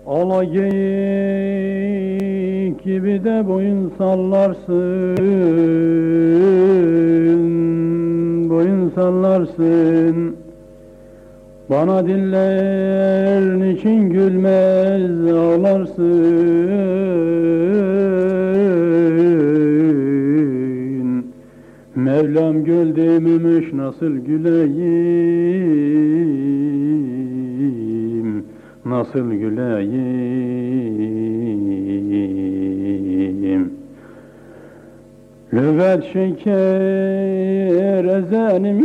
Ala geyik gibi de boyun sallarsın, boyun sallarsın. Bana diller niçin gülmez ağlarsın. Mevlam göl dememiş nasıl güleyim, nasıl güleyim. Lügat şeker ezenim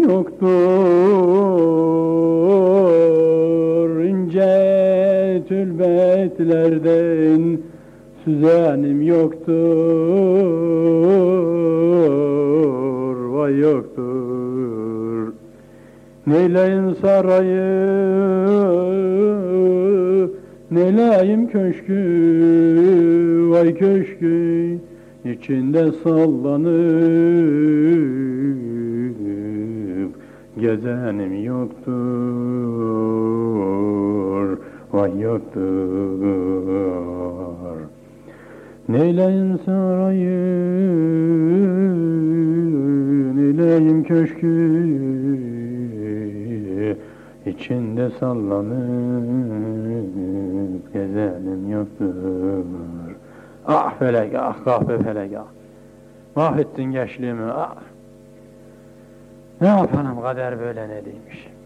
yoktur, ince tülbetlerden süzenim yoktur, vay yoktur. Neyleyim sarayı, neyleyim köşkü, vay köşkü. İçinde sallanıp gezenim yoktur, vay yoktur. Neyleyim sarayı, neyleyim köşkü, içinde sallanıp gezenim yoktur. Ah felek, ah kahpe felek, ah. Mahvettin gençliğimi, ah. Ne yapalım, kader böyle ne demiş.